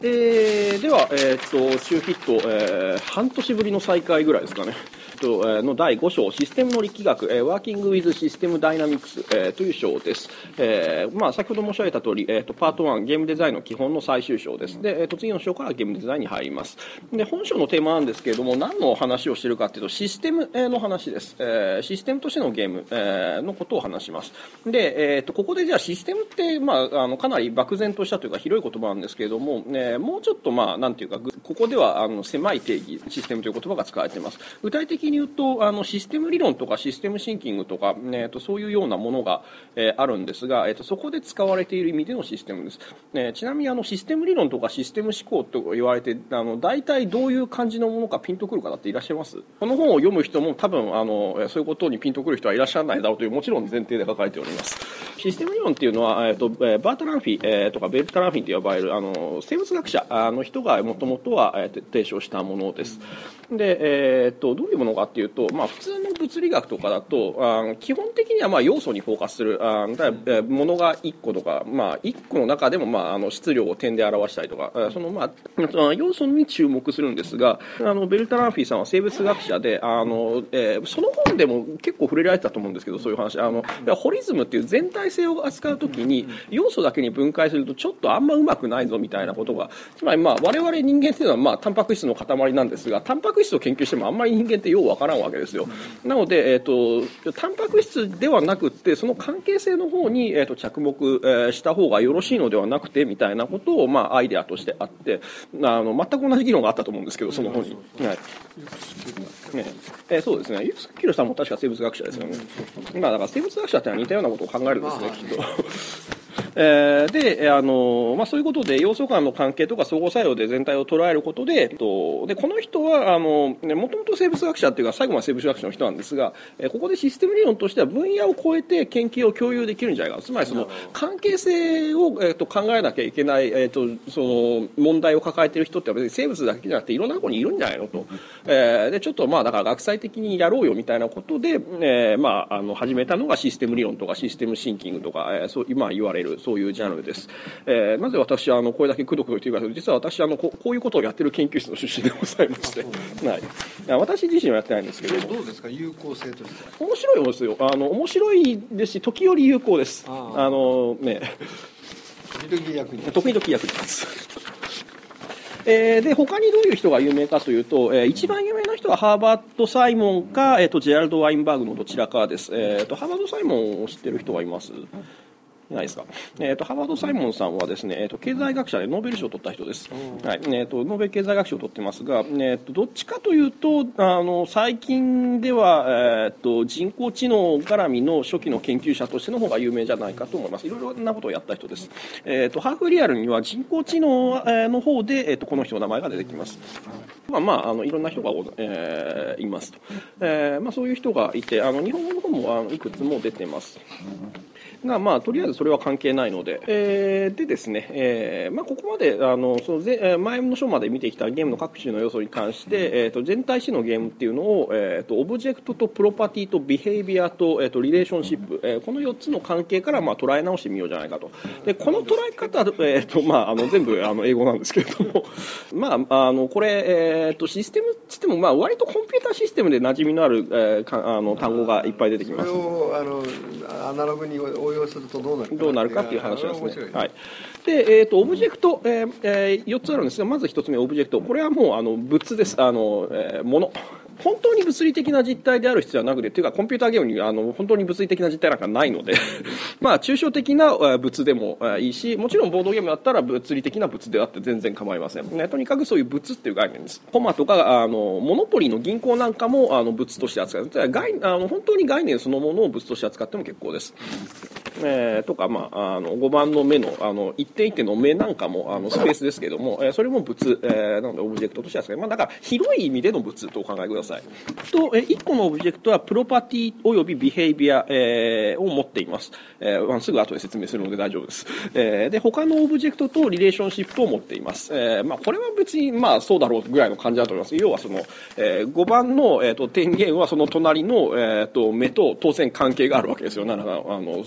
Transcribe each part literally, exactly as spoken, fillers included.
えー、では、えー、っと中ヒット、えー、半年ぶりの再開ぐらいですかねのだいご章システムの力学、えー、ワーキングウィズシステムダイナミクス、えー、という章です。えーまあ、先ほど申し上げた通り、えー、とパートワンゲームデザインの基本の最終章です。で、えー、と次の章からゲームデザインに入ります。で、本章のテーマなんですけれども、何の話をしているかというとシステムの話です。えー、システムとしてのゲーム、えー、のことを話します。で、えー、とここでじゃあシステムって、まあ、あのかなり漠然としたというか広い言葉なんですけれども、えー、もうちょっとまあなんていうかここではあの狭い定義システムという言葉が使われています。具体的に言うとあのシステム理論とかシステムシンキングとか、えー、とそういうようなものが、えー、あるんですが、えー、とそこで使われている意味でのシステムです。えー、ちなみにあのシステム理論とかシステム思考と言われてあの大体どういう感じのものかピンとくる方っていらっしゃいます？この本を読む人も多分あのそういうことにピンとくる人はいらっしゃらないだろうというもちろん前提で書かれております。システム理論っていうのは、えー、とバートランフィー、えー、とかベルタランフィーと呼ばれるあの生物学者の人がもともとは、えー、提唱したものです。で、えー、とどういうものかっていうと、まあ、普通の物理学とかだとあ基本的にはまあ要素にフォーカスするあだからものがいっことか、まあ、いっこの中でもまああの質量を点で表したりとかその、まあ、要素に注目するんですがあのベルタランフィーさんは生物学者であの、えー、その本でも結構触れられてたと思うんですけどそういう話あのホリズムっていう全体性を扱うときに要素だけに分解するとちょっとあんまうまくないぞみたいなことがつまりまあ我々人間っていうのはまあタンパク質の塊なんですがタンパク質を研究してもあんまり人間ってようわからんわけですよ。なので、えー、とタンパク質ではなくってその関係性の方に、えー、と着目、えー、した方がよろしいのではなくてみたいなことを、まあ、アイデアとしてあってあの全く同じ議論があったと思うんですけどその本に、はいねえー、そうですねユースキルさんも確か生物学者ですよね。まあ、だから生物学者ってのは似たようなことを考えるんですね、きっと。えー、で、あのまあ、そういうことで要素間の関係とか相互作用で全体を捉えることで、とでこの人はあのもともと生物学者っていうか最後まで生物学者の人なんですが、えー、ここでシステム理論としては分野を超えて研究を共有できるんじゃないかつまりその関係性を、えー、と考えなきゃいけない、えー、とその問題を抱えている人って別に生物だけじゃなくていろんなところにいるんじゃないのと、えー、でちょっとまあだから学際的にやろうよみたいなことで、えーまあ、あの始めたのがシステム理論とかシステムシンキングとか、えー、そう今言われるそういうジャンルです。えー、なぜ私はあのこれだけくどくど言っているかというと実は私はあの こ, こういうことをやっている研究室の出身でございまして、はい、私自身はやってないんですけどどうですか有効性としては。 面白いですよ。あの面白いですし時折有効です。ああのね時々役に立つ時々役に立つえー、で他にどういう人が有名かというと、えー、一番有名な人はハーバード・サイモンか、えー、とジェラルド・ワインバーグのどちらかです。えー、とハーバード・サイモンを知ってる人はいますないですか。えー、とハーバード・サイモンさんはですね、えー、と経済学者でノーベル賞を取った人です。はい、えー、とノーベル経済学賞を取ってますが、えー、とどっちかというとあの最近では、えー、と人工知能絡みの初期の研究者としての方が有名じゃないかと思います。いろいろなことをやった人です。えー、とハーフリアルには人工知能の方で、えー、とこの人の名前が出てきます。まあまあ、あのいろんな人が、えー、いますと、えーまあ、そういう人がいてあの日本語の方もあのいくつも出てますが、まあ、とりあえずそれは関係ないので、えー、でですね、えーまあ、ここまであのその前前の章まで見てきたゲームの各種の要素に関して、えー、と全体視のゲームっていうのを、えー、とオブジェクトとプロパティとビヘイビアと、えー、とリレーションシップ、えー、このよっつの関係から、まあ、捉え直してみようじゃないかと。でこの捉え方、えーとまあ、あの全部あの英語なんですけれどもまあ、あのこれ、えー、とシステムシステム、まあ、割とコンピューターシステムで馴染みのある、えー、かあの単語がいっぱい出てきます。 それをあのアナログに応用するとどうなるかどうなるかっていう話なんですね。はい。で、えー、とオブジェクト、えーえー、よっつあるんですが、まずひとつめオブジェクト。これはもうあの物です。あの、えー、もの。本当に物理的な実体である必要はなくて、というかコンピューターゲームにあの本当に物理的な実体なんかないのでまあ抽象的な物でもいいし、もちろんボードゲームだったら物理的な物であって全然構いません、ね、とにかくそういう物っていう概念です。コマとかあのモノポリの銀行なんかもあの物として扱う。概あの本当に概念そのものを物として扱っても結構です。えー、とか、まあ、あのごばんの目の、あの一点一点の目なんかもあのスペースですけども、えー、それも物、えー、なのでオブジェクトとして扱う、まあ、だから広い意味での物とお考えください。と、えー、いっこのオブジェクトはプロパティおよびビヘイビア、えー、を持っています、えーまあ、すぐ後で説明するので大丈夫です。えー、で他のオブジェクトとリレーションシップを持っています。えーまあ、これは別に、まあ、そうだろうぐらいの感じだと思います。要はその、えー、ごばんの、えー、と電源はその隣の、えー、と目と当然関係があるわけですよ。ならあのこの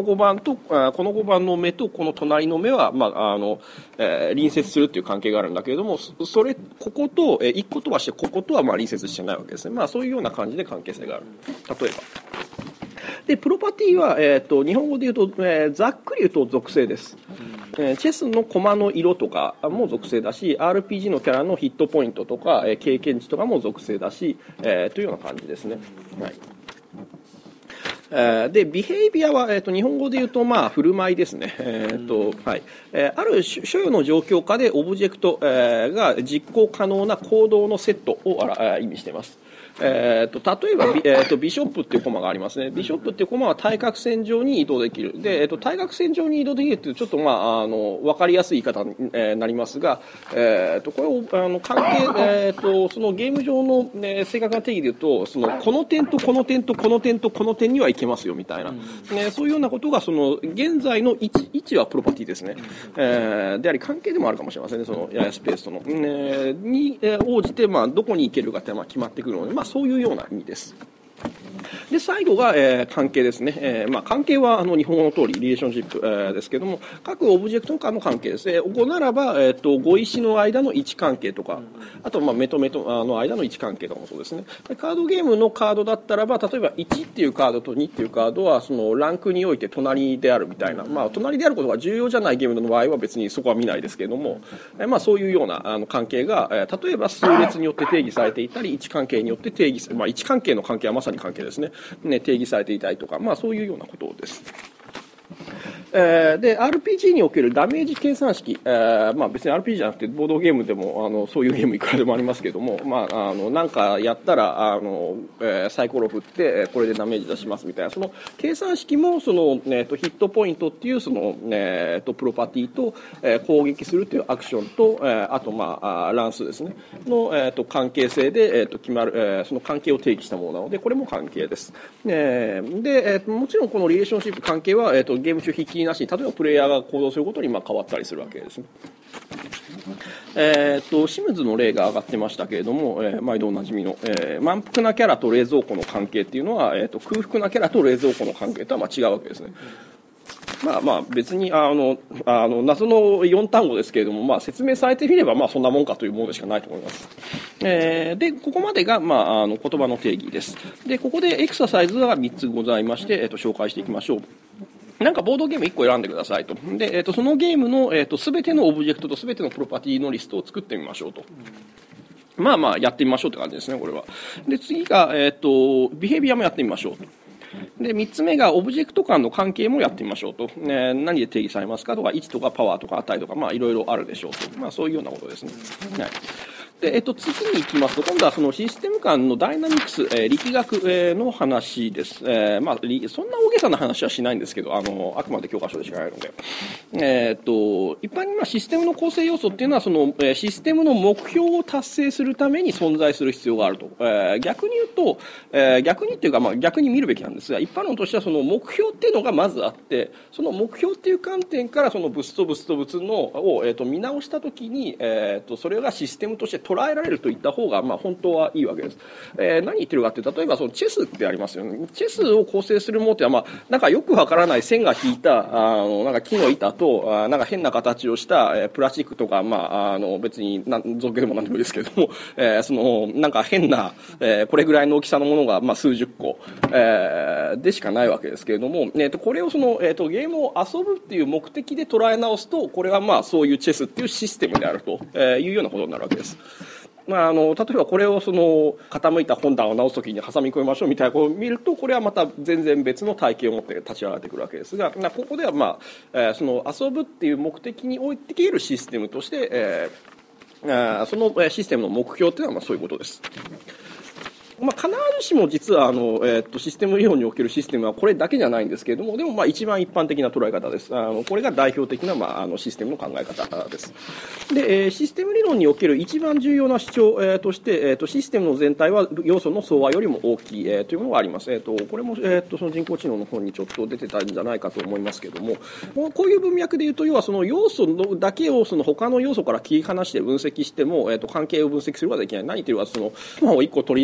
の碁盤とこの碁盤の目とこの隣の目は、まああのえー、隣接するっていう関係があるんだけれども、それここと、えー、いっこ飛ばしてこことはまあ隣接してないわけですね。まあ、そういうような感じで関係性がある。例えばでプロパティは、えー、と日本語で言うと、えー、ざっくり言うと属性です、えー、チェスの駒の色とかも属性だし アールピージー のキャラのヒットポイントとか、えー、経験値とかも属性だし、えー、というような感じですね。はい。えー、でビヘイビアは、えー、と日本語で言うと、まあ、振る舞いですね、えーとはいえー、ある所有の状況下でオブジェクト、えー、が実行可能な行動のセットをあら意味しています。えー、と例えばビ、えー、とビショップっていう駒がありますね。ビショップっていう駒は対角線上に移動できる。で、えー、と対角線上に移動できるっていうちょっと、まあ、あの分かりやすい言い方に、えー、なりますが、えー、とこれをあの関係、えー、とそのゲーム上の、ね、正確な定義で言うとそのこの点とこの点とこの点とこの点にはいけますよみたいな、ね、そういうようなことがその現在の位置、位置はプロパティですね、えー、であり関係でもあるかもしれませんね。そのスペースとの、ね、に応じて、まあ、どこに行けるかってまあ決まってくるので、まあ、そういうような意味です。で最後が、えー、関係ですね、えーまあ、関係はあの日本語の通りリレーションシップ、えー、ですけども各オブジェクト間の関係ですね。語ならば、えー、と碁石の間の位置関係とかあと、まあ、目と目との間の位置関係とかもそうですね。カードゲームのカードだったらば例えばいちっていうカードとにっていうカードはそのランクにおいて隣であるみたいな、まあ、隣であることが重要じゃないゲームの場合は別にそこは見ないですけれども、えーまあ、そういうようなあの関係が、えー、例えば数列によって定義されていたり位置関係によって定義、まあ、位置関係の関係はまさに関係ですね。ね、定義されていたりとか、まあ、そういうようなことです。えー、で アールピージー におけるダメージ計算式、えーまあ、別に アールピージー じゃなくてボードゲームでもあのそういうゲームいくらでもありますけども、まあ、あのなんかやったらあの、えー、サイコロ振ってこれでダメージ出しますみたいなその計算式もその、えー、とヒットポイントっていうその、えー、とプロパティと、えー、攻撃するというアクションと、えー、あと、まあ、乱数ですねの、えー、と関係性で、えー、と決まる、えー、その関係を定義したものなのでこれも関係です。えー、で、えー、ともちろんこのリレーションシップ関係は、えー、とゲーム中筆記なしに例えばプレイヤーが行動することにまあ変わったりするわけですね。えー、とシムズの例が上がってましたけれども、えー、毎度おなじみの、えー、満腹なキャラと冷蔵庫の関係っていうのは、えー、と空腹なキャラと冷蔵庫の関係とはまあ違うわけですね。まあまあ別にあのあの謎のよん単語ですけれども、まあ、説明されてみればまあそんなもんかというものでしかないと思います。えー、でここまでが、まあ、あの言葉の定義です。でここでエクササイズがみっつございまして、えー、と紹介していきましょう。なんかボードゲームいっこ選んでくださいと。で、えー、とそのゲームの、えー、と全てのオブジェクトと全てのプロパティのリストを作ってみましょうと。まあまあやってみましょうって感じですねこれは。で次が、えー、とビヘイビアもやってみましょうと。でみっつめがオブジェクト間の関係もやってみましょうと、ね、何で定義されますかとか位置とかパワーとか値とか、まあ、いろいろあるでしょうと、まあ、そういうようなことですね。はいでえっと、次に行きますと今度はそのシステム間のダイナミクス、えー、力学、えー、の話です、えーまあ、そんな大げさな話はしないんですけど あのあくまで教科書でしかないので、えー、っと一般にまあシステムの構成要素っていうのはその、えー、システムの目標を達成するために存在する必要があると、えー、逆に言うと、えー、逆にっていうか、まあ、逆に見るべきなんですが一般論としてはその目標っていうのがまずあってその目標っていう観点からその物と物と物のを、えー、っと見直したときに、えー、っとそれがシステムとして捉えられるといった方がまあ本当はいいわけです。えー、何言ってるかって例えばそのチェスってありますよね。チェスを構成するものってはまあなんかよくわからない線が引いたあのなんか木の板とあなんか変な形をした、えー、プラスチックとかまああの別になん造形でもなんでもいいですけれども、えー、そのなんか変な、えー、これぐらいの大きさのものがまあ数十個、えー、でしかないわけですけれども、えー、とこれをその、えー、とゲームを遊ぶっていう目的で捉え直すとこれはまあそういうチェスっていうシステムであるというようなことになるわけです。まあ、あの例えばこれをその傾いた本棚を直すときに挟み込みましょうみたいなことを見るとこれはまた全然別の体系を持って立ち上がってくるわけですがここでは、まあえー、その遊ぶっていう目的においているシステムとして、えー、そのシステムの目標というのはまあそういうことです。まあ、必ずしも実はあの、えー、とシステム理論におけるシステムはこれだけじゃないんですけれどもでもまあ一番一般的な捉え方です。あのこれが代表的な、まあ、あのシステムの考え方です。で、えー、システム理論における一番重要な主張、えー、として、えー、とシステムの全体は要素の総和よりも大きい、えー、というものがあります。えー、とこれも、えー、とその人工知能の本にちょっと出てたんじゃないかと思いますけれどもこういう文脈でいうと要はその要素だけをその他の要素から切り離して分析しても、えー、と関係を分析することができない。何というかその、まあ、いっこ取り出してみて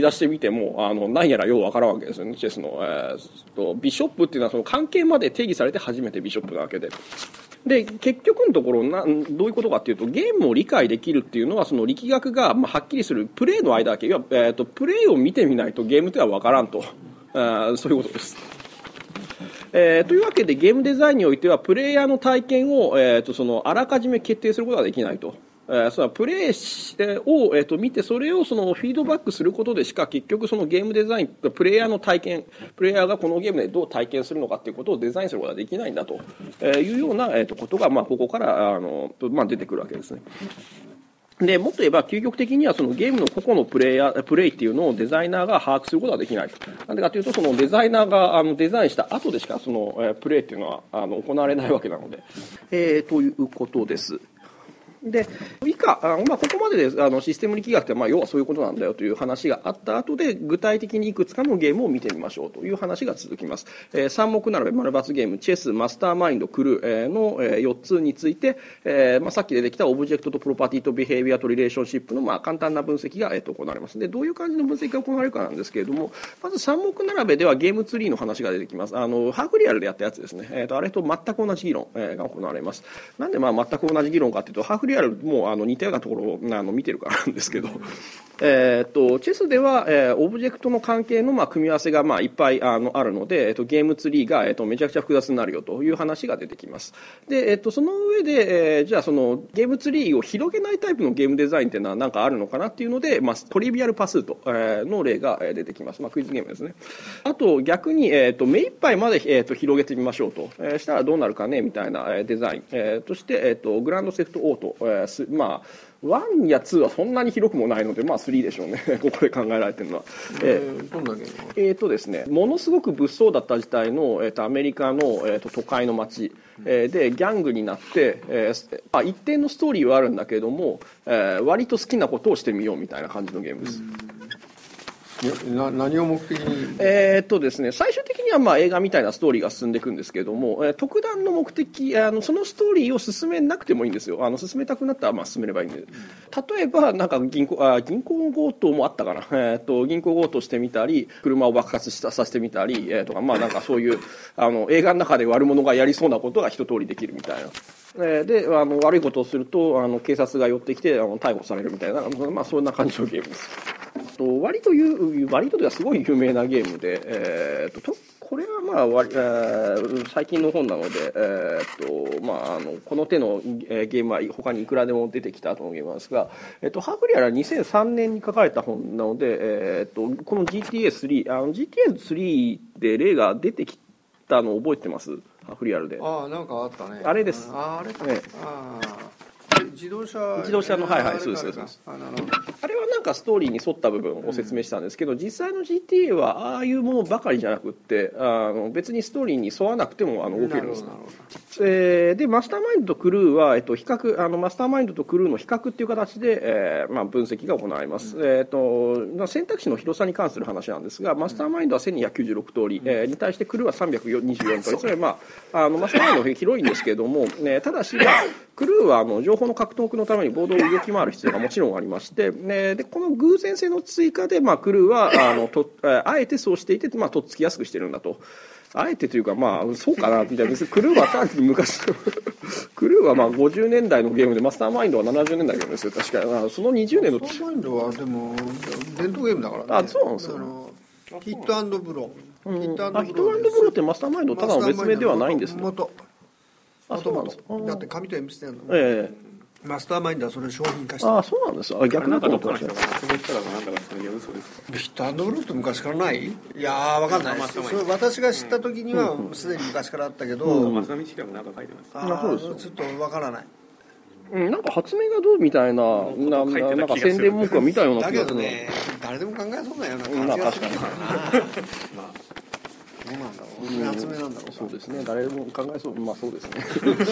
てもあの何やらようわからんわけですよね、チェスの、えー、とビショップっていうのはその関係まで定義されて初めてビショップなわけで。で結局のところなどういうことかというと、ゲームを理解できるっていうのはその力学がまあはっきりするプレーの間だけ、いや、えー、とプレーを見てみないとゲームってのは分からんと、あそういうことです。えー、というわけでゲームデザインにおいてはプレイヤーの体験を、えー、とそのあらかじめ決定することができないと。えー、そのプレイを、えー、と見てそれをそのフィードバックすることでしか結局そのゲームデザインプレイヤーの体験プレイヤーがこのゲームでどう体験するのかということをデザインすることができないんだというような、えー、とことが、まあ、ここからあの、まあ、出てくるわけですね。でもっと言えば究極的にはそのゲームの個々のプレイヤープレイっていうのをデザイナーが把握することができないと。なんでかというとそのデザイナーがあのデザインした後でしかその、えー、プレイっていうのはあの行われないわけなので、えー、ということです。で以下あ、まあ、ここまでであのシステム力学って、まあ、要はそういうことなんだよという話があった後で具体的にいくつかのゲームを見てみましょうという話が続きます。えー、さん目並べ丸×ゲームチェスマスターマインドクルーのよっつについて、えーまあ、さっき出てきたオブジェクトとプロパティとビヘイビアとリレーションシップの、まあ、簡単な分析が、えー、と行われます。でどういう感じの分析が行われるかなんですけれども、まずさん目並べではゲームツリーの話が出てきます。あのハーフリアルでやったやつですね。えー、とあれと全く同じ議論、えー、が行われます。なんでまあ全く同じ議論かというとハーフリアルもあの似たようなところをあの見てるからなんですけど、えー、とチェスでは、えー、オブジェクトの関係の、まあ、組み合わせが、まあ、いっぱいあのあるので、えー、とゲームツリーが、えー、とめちゃくちゃ複雑になるよという話が出てきます。で、えー、とその上で、えー、じゃあそのゲームツリーを広げないタイプのゲームデザインっていうのは何かあるのかなっていうので、まあ、トリビアルパスート、えー、の例が出てきます。まあ、クイズゲームですね。あと逆に、えー、と目いっぱいまで、えー、と広げてみましょうと、えー、したらどうなるかねみたいなデザイン、えー、として、えー、とグランドセフトオート、えー、まあいちやにはそんなに広くもないので、まあ、さんでしょうねここで考えられてるのは。えー、どんなゲームえーとですね、ものすごく物騒だった時代の、えー、とアメリカの、えー、と都会の街、えー、でギャングになって、えーあ、一定のストーリーはあるんだけども、えー、割と好きなことをしてみようみたいな感じのゲームです。 な何を目的にえーっとですね、最終的にはまあ映画みたいなストーリーが進んでいくんですけれども、えー、特段の目的あのそのストーリーを進めなくてもいいんですよ。あの進めたくなったらまあ進めればいいんで、例えばなんか銀行あ銀行強盗もあったかな、えー、っと銀行強盗してみたり車を爆発したさせてみたり、えー、とかまあなんかそういうあの映画の中で悪者がやりそうなことが一通りできるみたいな。えー、であの悪いことをするとあの警察が寄ってきてあの逮捕されるみたいな、まあ、そんな感じのゲームです。と割という割とではすごい有名なゲームで、えー、とこれはまあ割、えー、最近の本なので、えーとまあ、あのこの手のゲームは他にいくらでも出てきた後のゲームなんですが、えー、とハーフリアルはにせんさんねんに書かれた本なので、えー、とこの ジーティーエースリー あの ジーティーエースリー で例が出てきたのを覚えてます？ハーフリアルで。 ああ、なんかあったね。 あれです。 ああ、あれか。 ね、 あ自動車自動車の、はいはい、そうですそうです。 あ、なるほど。 あれはなんかストーリーに沿った部分を説明したんですけど、うん、実際の ジーティーエー はああいうものばかりじゃなくってあの別にストーリーに沿わなくてもあの動けるんです。えー、でマスターマインドとクルーは、えっと、比較あのマスターマインドとクルーの比較っていう形で、えーまあ、分析が行われます。うん、えー、と選択肢の広さに関する話なんですが、マスターマインドはせんにひゃくきゅうじゅうろく通り、うん、えー、に対してクルーはさんびゃくにじゅうよん通り、それは、まあ、あのマスターマインドは広いんですけれども、ね、ただし、まあ、クルーはあの情報の獲得のためにボードを動き回る必要がもちろんありまして、ね、でこの偶然性の追加で、まあ、クルーはあのとあえてそうしていて、まあ、とっつきやすくしてるんだと。あえてというか、まあそうかなみたいな。別にクルーは単に昔のクルーはまあごじゅうねんだいのゲームで、マスターマインドはななじゅうねんだいのゲームですよ確か。そのにじゅうねんのマスターマインドはでも伝統ゲームだからね。 あ、そうなんですよ。 あのヒットアンドブロー、 うん、ヒットアンドブローってマスターマインドただの別名ではないんですね。 元元々 だって紙と鉛筆でやるの、 ええー、マスターマインドはそれを商品化した。 ああ、そうなんです。あ、逆だと思ってました。 ヒットアンドブローって昔からない？いやー分かんない。それ私が知った時にはすでに昔からあったけど、うん、 松並式もなんか書いてます。 ああ、そうです。ちょっと分からない。 うん、なんか発明がどうみたいな、な, な, なんか宣伝文句が見たような気がする。 だけどね、誰でも考えそうなような感じがするからな。まあどうなんだろう。それ発明なんだろう。 そうですね。誰でも考えそう。まあそうですね。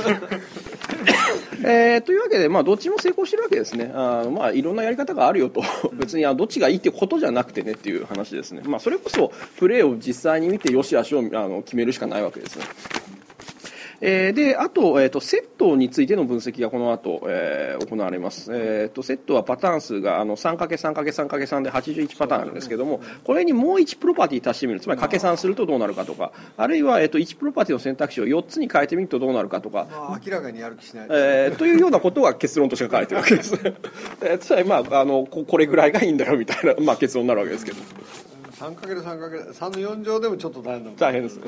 えー、というわけで、まあどっちも成功してるわけですね。あまあいろんなやり方があるよと。別にあどっちがいいってことじゃなくてねっていう話ですね。まあそれこそプレーを実際に見てよしあしをあの決めるしかないわけですね。 えー、であと、えーと、セットについての分析がこの後、えー、行われます、えーと、セットはパターン数があの さんかけるさんかけるさんかけるさん ではちじゅういちパターンあるんですけども、これにもういちプロパティ足してみる、つまり掛け算するとどうなるかとか、あるいは、えーと、いちプロパティの選択肢をよっつに変えてみるとどうなるかとか、 まあ、明らかにやる気しない、 えー、というようなことが結論として書かれているわけです、えー、つまり、まあ、あの こ, これぐらいがいいんだよみたいな、まあ、結論になるわけですけど、 さんかけるさんかけるさん のよん乗でもちょっと大変だもん。 大変です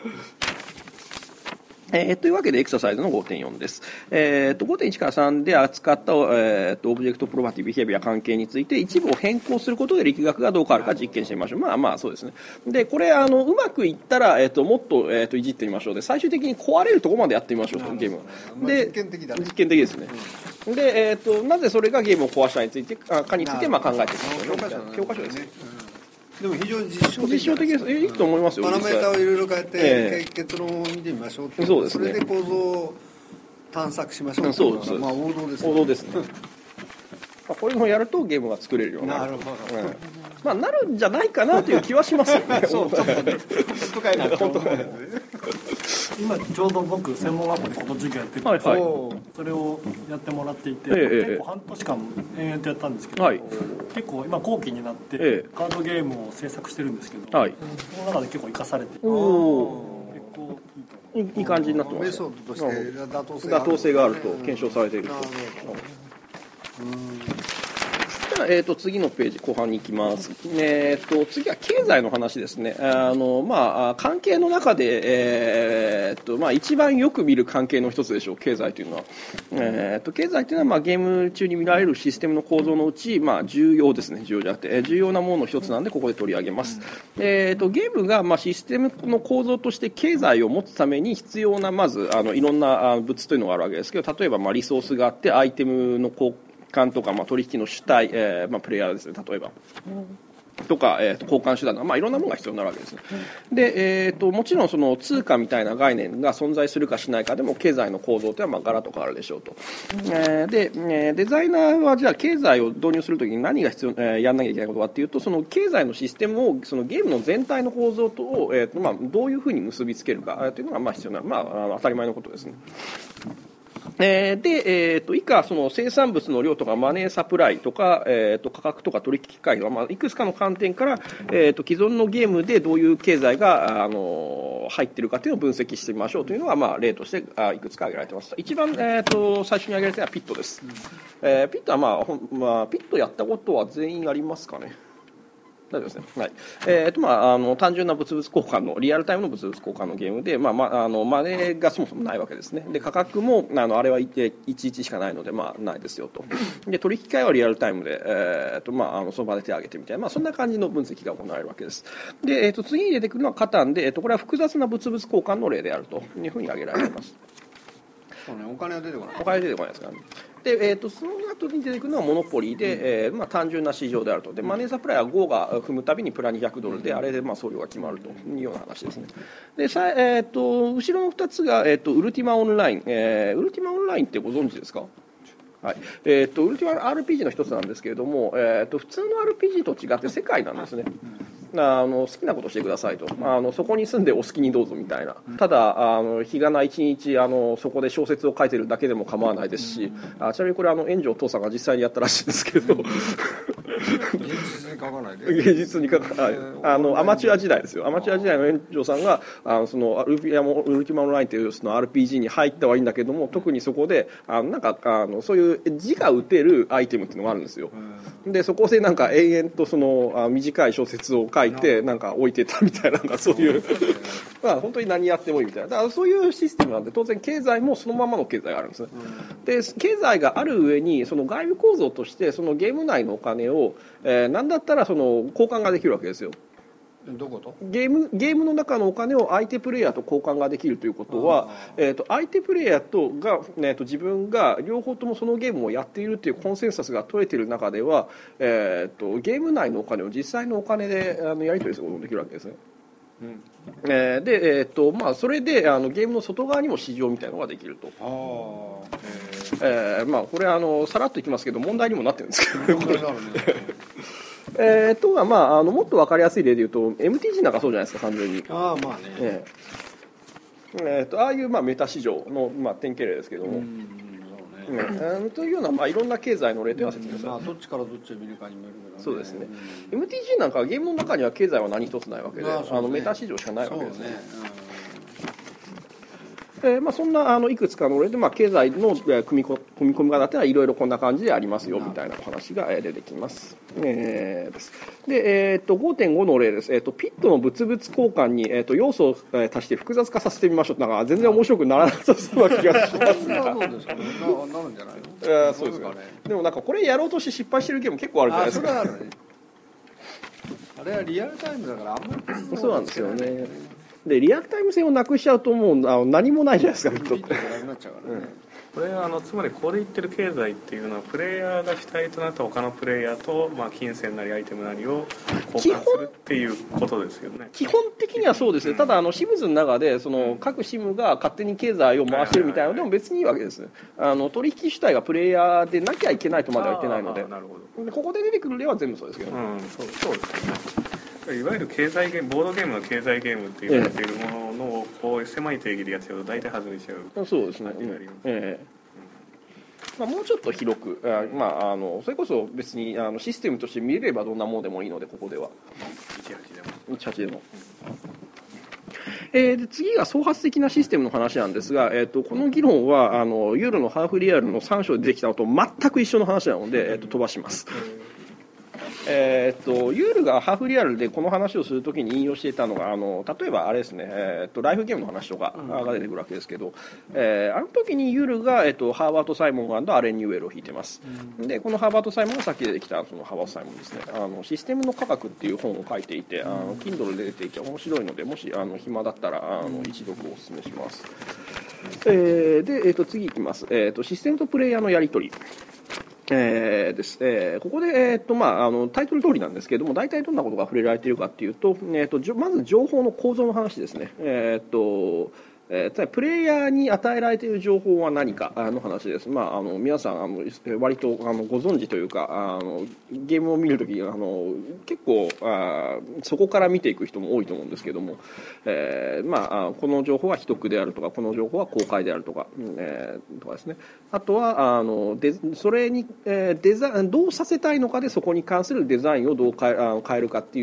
えー、というわけでエクササイズの ごてんよん です、えー、と ごてんいち からさんで扱った、えー、とオブジェクトプロパティビヘビア関係について一部を変更することで力学がどう変わるか実験してみましょう。まあまあそうですね。でこれあのうまくいったら、えー、ともっと、えー、といじってみましょう。で最終的に壊れるところまでやってみましょうとゲーム、 まあ、 で実験的だね。 実験的ですね、うん、で、えー、となぜそれがゲームを壊したについてかについてまあ考えていく教科書、 教科書ですね、 でも非常に実証的実証的です。いいと思いますよ。 パラメータをいろいろ変えて、 えー、 結論を見てみましょうって。 そうですね。 それで構造を探索しましょうってそうです。 まあ王道ですね。 王道ですね。こういうのをやるとゲームが作れるようになる。 なるほど。 うん、まあなるんじゃないかなという気はしますよね。 そうちょっとね。本当かいな。本当かいな。 今ちょうど僕専門学校でこの授業やってるんですけど、はいはい、それをやってもらっていて、ええ、結構半年間延々とやったんですけど、はい、結構今後期になって、ええ、カードゲームを制作してるんですけど、はい、その中で結構生かされていて、お結構いいといい、いい感じになってます。 メソッドとして妥当性がある、妥当性があると検証されていると。えー、と次のページ後半に行きます、えー、と次は経済の話ですね。あの、まあ、関係の中で、えーとまあ、一番よく見る関係の一つでしょう経済というのは、えー、と経済というのは、まあ、ゲーム中に見られるシステムの構造のうち、まあ、重要ですね重要じゃなくて重要なものの一つなんでここで取り上げます、えー、とゲームが、まあ、システムの構造として経済を持つために必要なまずあのいろんな物というのがあるわけですけど、例えば、まあ、リソースがあってアイテムの交換とか、まあ、取引の主体、えーまあ、プレイヤーですね例えば、とか、えー、と交換手段が、まあ、いろんなものが必要になるわけですね。で、えー、ともちろんその通貨みたいな概念が存在するかしないかでも経済の構造というのはまあガラッと変わるでしょうと、えー、で、えー、デザイナーはじゃあ経済を導入するときに何が必要、えー、やらなきゃいけないことかというと、その経済のシステムをそのゲームの全体の構造と、えーとまあ、どういうふうに結びつけるかというのがまあ必要な、まあ、あの当たり前のことですね。えー、で、えー、と以下その生産物の量とかマネーサプライとか、えー、と価格とか取引機会とか、まあ、いくつかの観点から、えー、と既存のゲームでどういう経済が、あの入っているかというのを分析してみましょうというのが、まあ、例としてあいくつか挙げられています。一番、えー、と最初に挙げられたのはピットです、えー、ピットは、まあほんまあ、ピットやったことは全員ありますかね。大丈夫ですね。はい。えーとまあ、あの単純な物々交換のリアルタイムの物々交換のゲームで、まあまあ、あのマネーがそもそもないわけですね。で価格もあのあれはいちいちしかないので、まあ、ないですよと。で取引機会はリアルタイムで、えーとまあ、あのその場で手を挙げてみたいな、まあ、そんな感じの分析が行われるわけです。で、えー、と次に出てくるのはカタンで、えー、とこれは複雑な物々交換の例であるというふうに挙げられます。 そうね、お金は出てこない。 お金は出てこないですからね。で、えー、とその後に出てくるのはモノポリーで、えーまあ、単純な市場であると。でマネーサプライは ゴー が踏むたびにプラにひゃくドルで、あれでまあ送料が決まるというような話ですね。でさ、えー、と後ろのふたつが、えー、とウルティマオンライン、えー、ウルティマオンラインってご存知ですか。はいえー、とウルティマ アールピージー の一つなんですけれども、えー、と普通の アールピージー と違って世界なんですね。あの好きなことしてくださいと、あのそこに住んでお好きにどうぞみたいな。ただあの日がない一日あのそこで小説を書いてるだけでも構わないですし、あちなみにこれあの炎上父さんが実際にやったらしいんですけど現実に書かないで現実に書かない、あのアマチュア時代ですよ。アマチュア時代の炎上さんがあのそのウルティマオンラインというその アールピージー に入ったはいいんだけども、特にそこであのなんかあのそういう字が打てるアイテムっていうのがあるんですよ。でそこでなんか延々とそのあ短い小説を書いてなんか置いてたみたいな、そういうまあ本当に何やってもいいみたいな、だからそういうシステムなんで、当然経済もそのままの経済があるんですね。で経済がある上にその外部構造としてそのゲーム内のお金を、えー、何だったらその交換ができるわけですよ。 どことゲーム、ゲームの中のお金を相手プレイヤーと交換ができるということは、えー、と相手プレイヤーとが、えー、と自分が両方ともそのゲームをやっているというコンセンサスが取れている中では、えー、とゲーム内のお金を実際のお金であのやり取りすることができるわけですね。うんえー、で、えーとまあ、それであのゲームの外側にも市場みたいなのができると。あえーまあ、これはあのさらっといきますけど問題にもなってるんですけどえーとはまあ、あのもっと分かりやすい例で言うと エムティージー なんかそうじゃないですか単純に。 ああまあね、 ええー、とああいうまあメタ市場のまあ典型例ですけども、うんね、うん、というような、まあ、いろんな経済の例というのは説明されて、まあ、 どっちからどっちを見るかにもよるけどね。 そうですね、うん、エムティージー なんかはゲームの中には経済は何一つないわけで、あ、ね、あのメタ市場しかないわけですね。えーまあ、そんなあのいくつかの例で、まあ、経済の、えー、組みこ組み込み方っていうのはいろいろこんな感じでありますよみたいなお話が、えー、出てきます。えー、ですで、えー、と ごてんご の例です、えー、とピットの物々交換に、えー、と要素を、えー、足して複雑化させてみましょう。なんか全然面白くならなさそうな気がしますがどうですかね。な, なるんじゃないの。 えー、そうですかね。でもなんかこれやろうとして失敗してるゲーム結構あるじゃないですか。 あ、それはあるね。あれはリアルタイムだからあんまりそうなんですよね。でリアルタイム性をなくしちゃうともうあの何もないじゃないですか。 ピットがなくなっちゃうからね、うん、 これはあのつまりここで言ってる経済っていうのはプレイヤーが主体となった他のプレイヤーと、まあ、金銭なりアイテムなりを交換するっていうことですよね。 基本的にはそうですね、うん、ただあのシムズの中でその各シムが勝手に経済を回してるみたいなのでも別にいいわけです。あの取引主体がプレイヤーでなきゃいけないとまでは言ってないので、 なるほど。 ここで出てくる例は全部そうですけど、ね、 うん、そう、そうですね。いわゆる経済ゲーム、ボードゲームの経済ゲームって言われているもののこう狭い定義でやっちゃうと大体外れちゃう。 そうですね。ええまあ、もうちょっと広く、あ、まあ、あのそれこそ別にあのシステムとして見れればどんなものでもいいのでここでは。 いちはちでも。 いちはちでも。えー、で次が創発的なシステムの話なんですが、えー、とこの議論はあのユーロのハーフリアルのさん章でできたのと全く一緒の話なので、えー、と飛ばします。えー、とユールがハーフリアルでこの話をするときに引用していたのがあの例えばあれですね、えー、とライフゲームの話とかが出てくるわけですけど、えー、あの時にユールが、えー、とハーバート・サイモン&アレン・ニューエルを引いてます。でこのハーバート・サイモンがさっき出てきたそのハーバート・サイモンですね、あのシステムの価格っていう本を書いていて、あの Kindle で出ていて面白いのでもしあの暇だったらあの一読をお勧めします。えー、で、えー、と次いきます、えー、とシステムとプレイヤーのやり取りえーですえー、ここで、えーとまあ、あのタイトル通りなんですけれども大体どんなことが触れられているかというと、えーと、まず情報の構造の話ですね。えーとえー、つまりプレイヤーに与えられている情報は何かの話です。まあ、あの皆さんあの割とあのご存知というかあのゲームを見るときあの結構あそこから見ていく人も多いと思うんですけども、えーまあ、この情報は秘匿であるとかこの情報は公開であるとか、えー、とかですね。あとはあのでそれに、えー、デザどうさせたいのかでそこに関するデザインをどう変えあ変えるかっていう、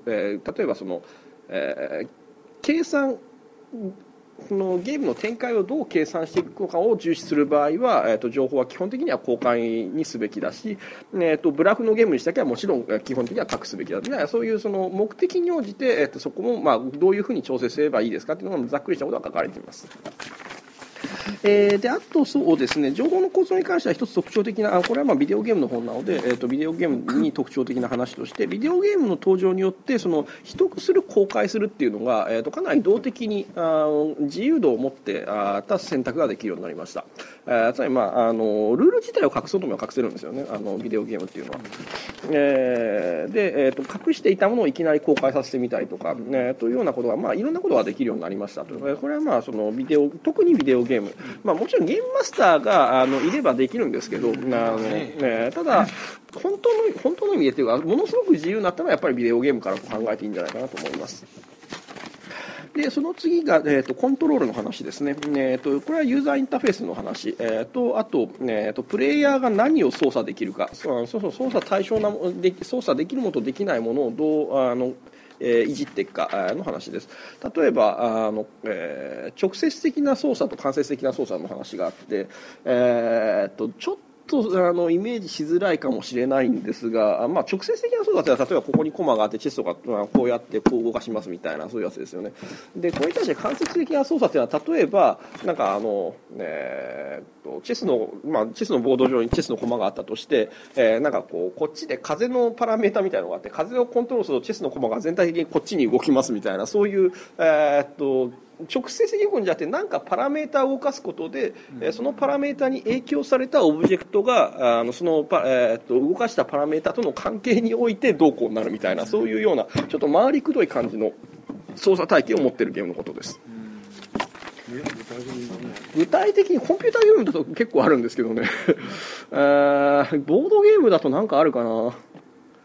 えー、例えばその、えー、計算このゲームの展開をどう計算していくのかを重視する場合は、えー、と情報は基本的には公開にすべきだし、えー、とブラフのゲームにしたけはもちろん基本的には隠すべきだと。そういうその目的に応じて、えー、とそこもまあどういうふうに調整すればいいですかというのがざっくりしたことが書かれています。えー、であとそうですね、情報の構造に関しては一つ特徴的な、あこれはまあビデオゲームの本なので、えー、とビデオゲームに特徴的な話として、ビデオゲームの登場によってその秘匿する公開するっていうのが、えー、とかなり動的にあ自由度を持ってあた選択ができるようになりました。えー、つまり、まあ、あのルール自体を隠そうとも隠せるんですよね、あのビデオゲームっていうのは。えー、で、えー、と隠していたものをいきなり公開させてみたりとか、えー、というようなことが、まあ、いろんなことができるようになりましたと。これはまあそのビデオ特にビデオゲーム、まあ、もちろんゲームマスターがあのいればできるんですけど、あの、ね、ただ本当の本当の意味でというかものすごく自由になったのはやっぱりビデオゲームから考えていいんじゃないかなと思います。でその次が、えー、とコントロールの話ですね。えー、とこれはユーザーインターフェースの話、えー、とあと、えー、とプレイヤーが何を操作できるか、そうそうそう操作対象なで操作できるものとできないものをどうあのえー、いじっていくかの話です。例えばあの、えー、直接的な操作と間接的な操作の話があって、えー、っとちょっとあのイメージしづらいかもしれないんですが、まあ、直接的な操作というのは例えばここにコマがあってチェストがこうやってこう動かしますみたいなそういうやつですよね。でこれに対して間接的な操作というのは例えばなんかあの、えー、チェスの、まあ、チェスのボード上にチェスのコマがあったとして、えー、なんかこうこっちで風のパラメータみたいなのがあって風をコントロールするとチェスのコマが全体的にこっちに動きますみたいなそういう、えー、っと直接的に動くんじゃなくて何かパラメータを動かすことで、うん、そのパラメータに影響されたオブジェクトがあのそのパ、えー、っと動かしたパラメータとの関係においてどうこうなるみたいなそういうようなちょっと回りくどい感じの操作体系を持っているゲームのことです。うん、具体的にコンピューターゲームだと結構あるんですけどね、えー、ボードゲームだとなんかあるかな。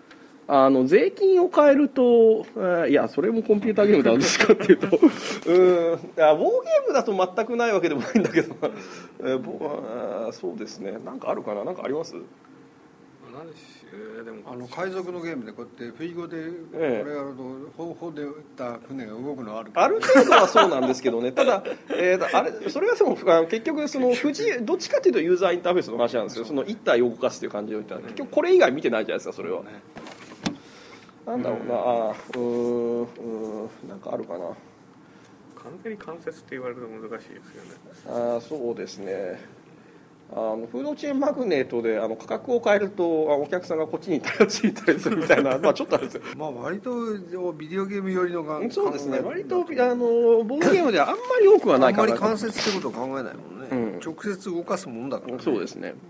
あの税金を変えると、いやそれもコンピューターゲームなんですかっていうとうーん、ボーゲームだと全くないわけでもないんだけど、えー、ぼあそうですね、なんかあるかな、なんかあります？ 何でしえー、でもあの海賊のゲームでこうやってフィーゴでこれやると方法で打った船が動くのはあるある程度はそうなんですけどねただ、えー、あれそれはでも結局その不自由どっちかというとユーザーインターフェースの話なんですよ。その一体を動かすという感じで言ったら結局これ以外見てないじゃないですかそれは。なんだろうな、あうーんうーんなんかあるかな。 完全に関節って言われると難しいですよね。 あそうですね、あのフードチェーンマグネートであの価格を変えるとお客さんがこっちに行ったりついたりするみたいなまあちょっとあるんですよ。 まあ割とビデオゲーム寄りのがそうですね、割とあのボードゲームではあんまり多くはないかな。 あんまり関節ってことを考えないもんね、うん、直接動かすもんだから、ね、 そうですね。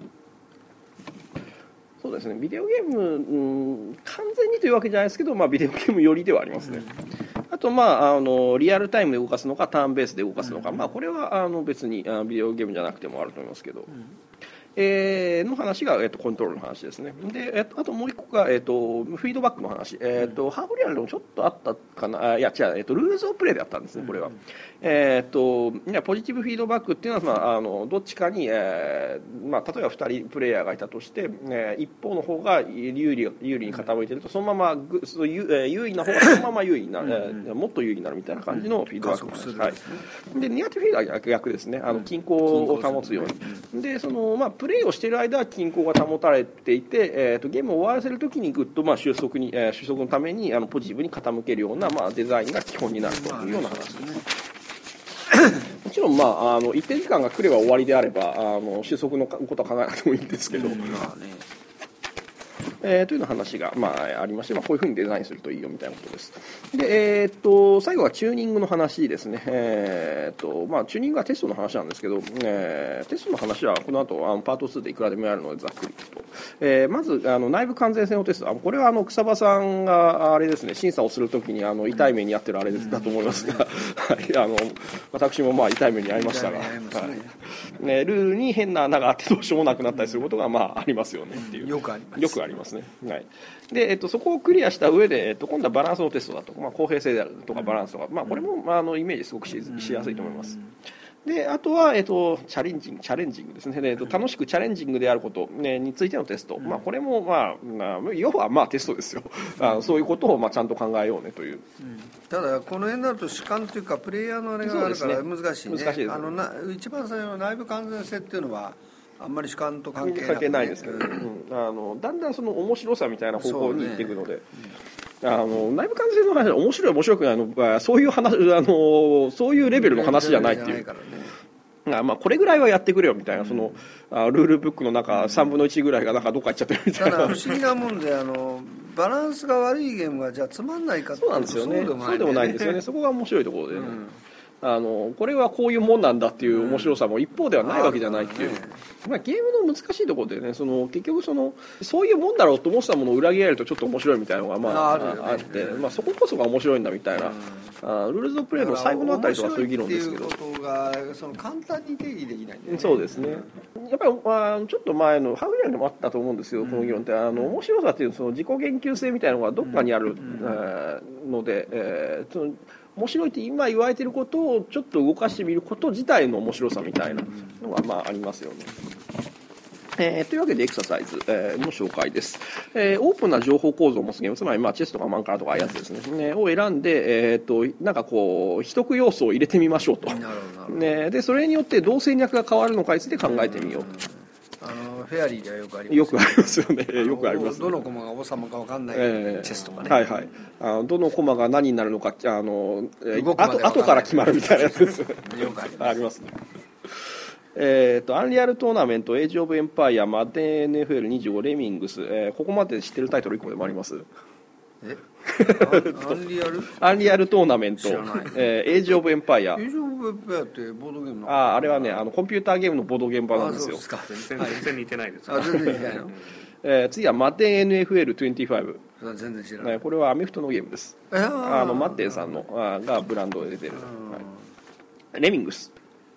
そうですね、ビデオゲーム、うん、完全にというわけじゃないですけど、まあ、ビデオゲーム寄りではありますね。うん、あと、まあ、あのリアルタイムで動かすのかターンベースで動かすのか、うん、まあ、これはあの別にあビデオゲームじゃなくてもあると思いますけど、うん、えー、の話が、えー、とコントロールの話ですね。で、えー、とあともう一個が、えー、とフィードバックの話、えーとうん、ハーフリアルでもちょっとあったかな、あいや違う、えー、とルールズオブプレイであったんですね、これは。うん、えー、といやポジティブフィードバックっていうのは、まあ、あのどっちかに、えーまあ、例えばふたりプレイヤーがいたとして、えー、一方の方が有利有利に傾いているとそのままぐそ有有利な方がそのまま有利になる、えー、もっと有利になるみたいな感じのフィードバックの話、うんはい、でネガティブフィードバックは逆ですね、あの均衡を保つように、でその、まあ、プレイをしている間は均衡が保たれていて、えー、とゲームを終わらせるときにぐっと、まあ、収束に、えー、収束のためにあのポジティブに傾けるような、まあ、デザインが基本になるというような話ですね。もちろん、まあ、あの一定時間が来れば終わりであればあの収束のことは考えなくてもいいんですけど、うんまあねえー、というような話が、まあ、ありまして、まあ、こういうふうにデザインするといいよみたいなことです。で、えー、っと最後はチューニングの話ですね。えー、っとまあ、チューニングはテストの話なんですけど、えー、テストの話はこの後あのパートツーでいくらでもやるのでざっくりと、えー、まずあの内部完全性のテスト、あこれはあの草場さんがあれですね審査をするときにあの痛い目に遭ってるあれだと思いますが、はい、あの私もまあ痛い目に遭いましたが、はいね、ルールに変な穴があってどうしようもなくなったりすることがまあありますよねっていう、 よくありますよくありますね。はいでえっと、そこをクリアした上で、えっと、今度はバランスのテストだとか、まあ、公平性であるとかバランスとか、まあ、これも、まあ、あのイメージすごく し, しやすいと思います。であとは、えっと、チャレンジングチャレンジングですね、えっと、楽しくチャレンジングであること、ね、についてのテスト、まあ、これも、まあまあ、要はまあテストですよあそういうことをまあちゃんと考えようねという、 うん、ただこの辺になると主観というかプレイヤーのあれがあるから難しいね。 難しいですね。 あのな一番最初の内部完全性っていうのはあんまり主観と関係なく、ね、 関係ないですけど、うん、あのだんだんその面白さみたいな方向にいっていくので、あの内部完全性の話は面白い面白くないのそういう話あのそういうレベルの話じゃないっていう。まあ、これぐらいはやってくれよみたいな、うん、そのあルールブックの中さんぶんのいちぐらいがなんかどっか行っちゃってるみたいな。 ただ不思議なもんであのバランスが悪いゲームがじゃあつまんないかってそうなんですよね。そうでもないんですよね。そこが面白いところで、ねうん、あのこれはこういうもんなんだっていう面白さも一方ではないわけじゃないっていう、うんまあ、ゲームの難しいところでねその結局そのそういうもんだろうと思ってたものを裏切られるとちょっと面白いみたいなのがまあ あ, あ, あって、まあ、そここそが面白いんだみたいな、うんあルールズオブプレイの最後のあたりとかそういう議論ですけど、面白いっていうことがその簡単に定義できないんだよね。そうですね。やっぱり、まあ、ちょっと前のハーフリアルでもあったと思うんですけど、うん、この議論ってあの面白さっていうその自己言及性みたいなのがどっかにある、うんえー、ので、えー、その面白いって今言われていることをちょっと動かしてみること自体の面白さみたいなのがまあありますよね。えー、というわけでエクササイズ、えー、の紹介です、えー、オープンな情報構造を持つゲーム、つまり、まあ、チェスとかマンカラとかああいうやつですね、ねを選んで、えー、となんかこう秘匿要素を入れてみましょうと、ね、でそれによってどう戦略が変わるのかについて考えてみようと。 あのフェアリーではよくあります、 ね、よくありますよね。よくあります、ね、 どの駒が王様か分かんない、 えー、 チェスとかね、 はいはい、あのどの駒が何になるのかあのあと後から決まるみたいなやつですよくあります。 ありますね。えー、とアンリアルトーナメント、エイジ・オブ・エンパイア、マッデン エヌエフエルにじゅうご、レミングス、えー、ここまで知ってるタイトルいっこでもあります。 えアンリアルアンリアルトーナメント、えー、エイジ・オブ・エンパイア。 エイジ・オブ・エンパイアってボードゲームのああれはねあのコンピューターゲームのボードゲーム版なんですよ。 そうですか。全然、全然似てないです。 あ全然似てないのえー、次はマッデン エヌエフエルにじゅうご。 全然知らない。 これはアメフトのゲームです。あのマッデンさんのあがブランドで出てる、はい、レミングス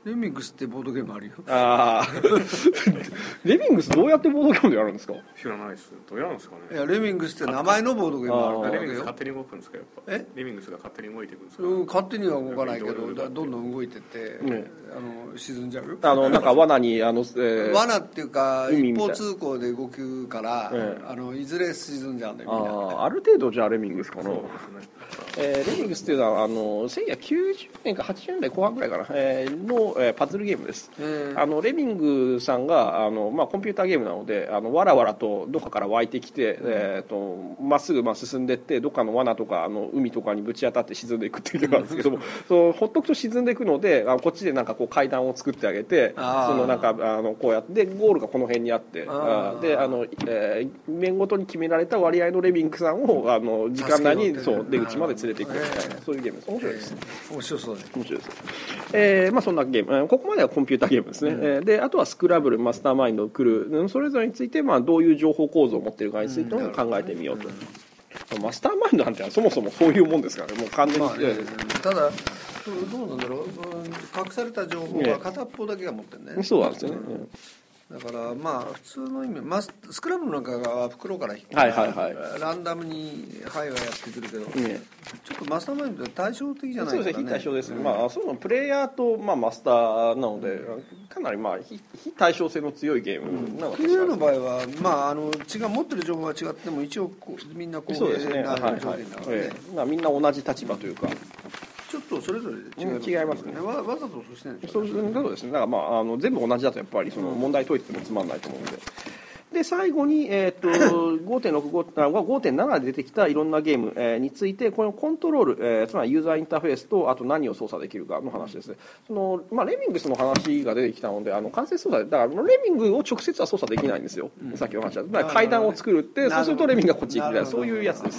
レミングスってボードゲームあるよ。 ああレミングスどうやってボードゲームでやるんですか？ 知らないです。どうやるんですかね。 いやレミングスって名前のボードゲームあるわけよ。 レミングス勝手に動くんですかやっぱ。え？レミングスが勝手に動いていくんですか？ うん、勝手には動かないけどどんどん動いてって、ね、あの沈んじゃうよ。 あのなんか罠にあの、えー、 罠っていうか一方通行で動くから、えー、あのいずれ沈んじゃうんだよみんな。 あある程度じゃあレミングスかな。 そうですね。 えー、レミングスっていうのはあのせんきゅうひゃくきゅうじゅうねんかはちじゅうねんだいこう半ぐらいかな、えー、の、えー、パズルゲームです。あのレミングさんがあの、まあ、コンピューターゲームなのであのわらわらとどっかから湧いてきて、えー、とまっすぐまあ進んでいってどっかの罠とかあの海とかにぶち当たって沈んでいくっていうゲームなんですけどもそうほっとくと沈んでいくのであこっちでなんかこう階段を作ってあげてそのなんかあのこうやってゴールがこの辺にあってあであの、えー、面ごとに決められた割合のレミングさんをあの時間内にそう出口まで連れていくみたいなそういうゲームです。面白いです。 面白そうです。 面白いです。えー、まあそんなゲームここまではコンピューターゲームですね。うん、であとはスクラブルマスターマインドクルーそれぞれについてまあどういう情報構造を持っているかについても考えてみようと。うん、マスターマインドなんてそもそもそういうもんですからね。もう完全に、まあね、 ただどうなんだろう隠された情報は片っぽだけが持ってるね。 そうなんですよね。うんだからまあ普通の意味マススクラブルなんかが袋から引く、 はいはいはい、 ランダムに範囲はやってくるけど、ね、ちょっとマスターマインドは対照的じゃないからね。そうですね非対称です、 うん、 まあそのプレイヤーと、まあ、マスターなのでかなりまあ非対称性の強いゲームなので、 プレイヤーの場合はまああの違う持ってる情報は違っても一応こうみんな公平になる条件だからね。 まあみんな同じ立場というか。 ちょっとそれぞれ違います、ね、 違いますね。 わ, わざとそうしてないんでしょ。 そうですね。だからまああの全部同じだとやっぱりその問題解いててもつまんないと思うんで。で最後に、えー、と ごてんろくごてんなな で出てきたいろんなゲーム、えー、についてこのコントロール、えー、つまりユーザーインターフェースとあと何を操作できるかの話ですね。その、まあ、レミングスの話が出てきたのであの間接操作でだからレミングを直接は操作できないんですよ、うん、さっきの話だとだから階段を作るってそうするとレミングがこっち行くみたいなそういうやつです。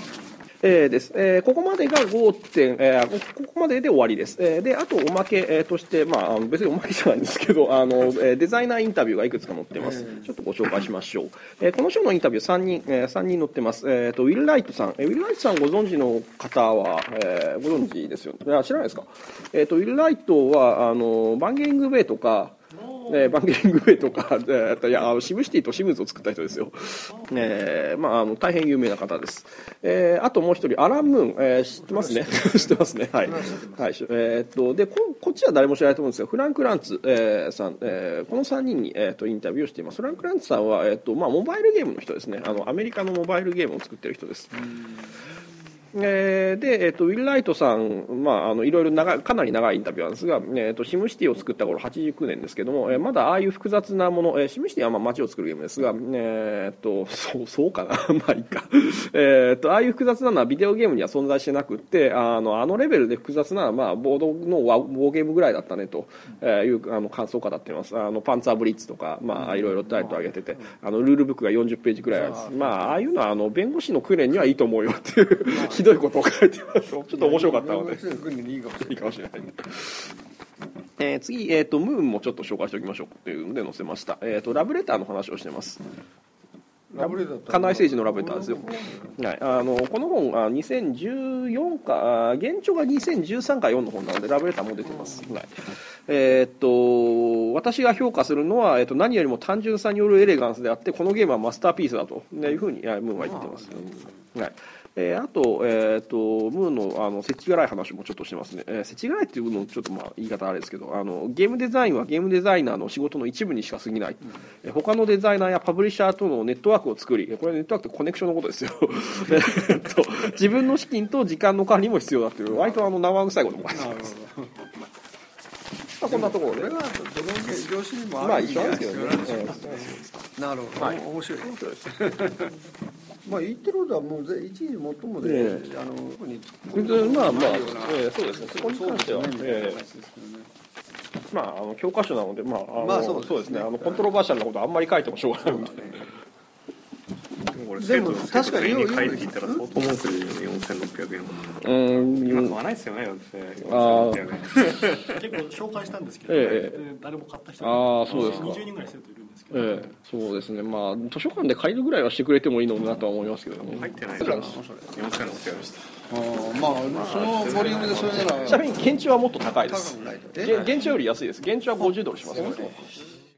えーですえー、ここまでがごてん、えー、ここまでで終わりです。えー、であとおまけ、えー、として、まあ、あの別におまけじゃないんですけどあの、えー、デザイナーインタビューがいくつか載ってます。ちょっとご紹介しましょう。えー、この章のインタビューさんにん、えー、さんにん載ってます。えー、とウィル・ライトさん、えー、ウィル・ライトさんご存知の方は、えー、ご存知ですよね。知らないですか。えー、とウィル・ライトはあのバンゲリングベイとかえー、バンゲリングウェイとか、えー、いやシムシティとシムズを作った人ですよ、えーまあ、あの大変有名な方です、えー、あともう一人アラン・ムーン、えー、知ってますね知ってますねはい、はいえー、っとで こ, こっちは誰も知らないと思うんですがフランク・ランツ、えー、さん、えー、このさんにんに、えー、っとインタビューをしています。フランク・ランツさんは、えーっとまあ、モバイルゲームの人ですね。あのアメリカのモバイルゲームを作っている人です。えー、で、えー、とウィル・ライトさん、まあ、あのいろいろ長いかなり長いインタビューなんですが、えー、とシムシティを作った頃はちじゅうきゅうねんですけども、えー、まだああいう複雑なもの、えー、シムシティはまあ街を作るゲームですが、えー、とそうそうかなまあいいか、えー、とああいう複雑なのはビデオゲームには存在してなくってあのあのレベルで複雑な、まあ、ボードのワーゲームぐらいだったねというあの感想を語っています。あのパンツァーブリッツとか、まあ、いろいろタイトル上げててあのルールブックがよんじゅっページぐらいあるんです。まあ、ああいうのはあの弁護士の訓練にはいいと思うよっていうひどいことを書いてちょっと面白かったのでいいかもしれない、えー、次、えーと、ムーンもちょっと紹介しておきましょうというので載せました、えーと、ラブレターの話をしてます。 ラブレター金井誠司のラブレターですよ、はい、あのこの本あにせんじゅうよんか現状がにせんじゅうさんかよんの本なのでラブレターも出てます、はいえー、っと私が評価するのは、えー、っと何よりも単純さによるエレガンスであってこのゲームはマスターピースだというふうにムーンは言ってます、はいえー、あと,、えー、とムーン の, あの世知辛い話もちょっとしてますね。世知辛いっていうのちょっとまあ言い方あれですけどあのゲームデザインはゲームデザイナーの仕事の一部にしか過ぎない、うん、他のデザイナーやパブリッシャーとのネットワークを作りこれネットワークってコネクションのことですよえっと自分の資金と時間の管理も必要だっていう割とあの生臭いこともあります。まあ、こんなところでこれはどの業種にもあるんじゃないですか。まあ一緒なんですけどね。 なるほど、はい、面白い面白いですまあ言ってることはもう一時最もで、ね、あのここにまあまあ、えー、そうですね。そこに関しては、えー、まああの教科書なのでまああの、まあ、そうですね。あのコントロバーシャルなことあんまり書いてもしょうがないので。 これれでも確かにに買い切ったら相当文句でよんせんろっぴゃくえんうん今買わないですよねよんせんろっぴゃくえん結構紹介したんですけど、 ええ、 誰も買った人ああそうですかにじゅうにんぐらい生徒いるんですけど、 ええ、そうですね、まあ図書館で借りるぐらいはしてくれてもいいのになとは思いますけどね。 入ってないからよんせんろっぴゃくえんでした。 あまあそのボリュームでそれならちなみに現地はもっと高いです。 高くないと現地より安いです。現地はごじゅうドルしますので。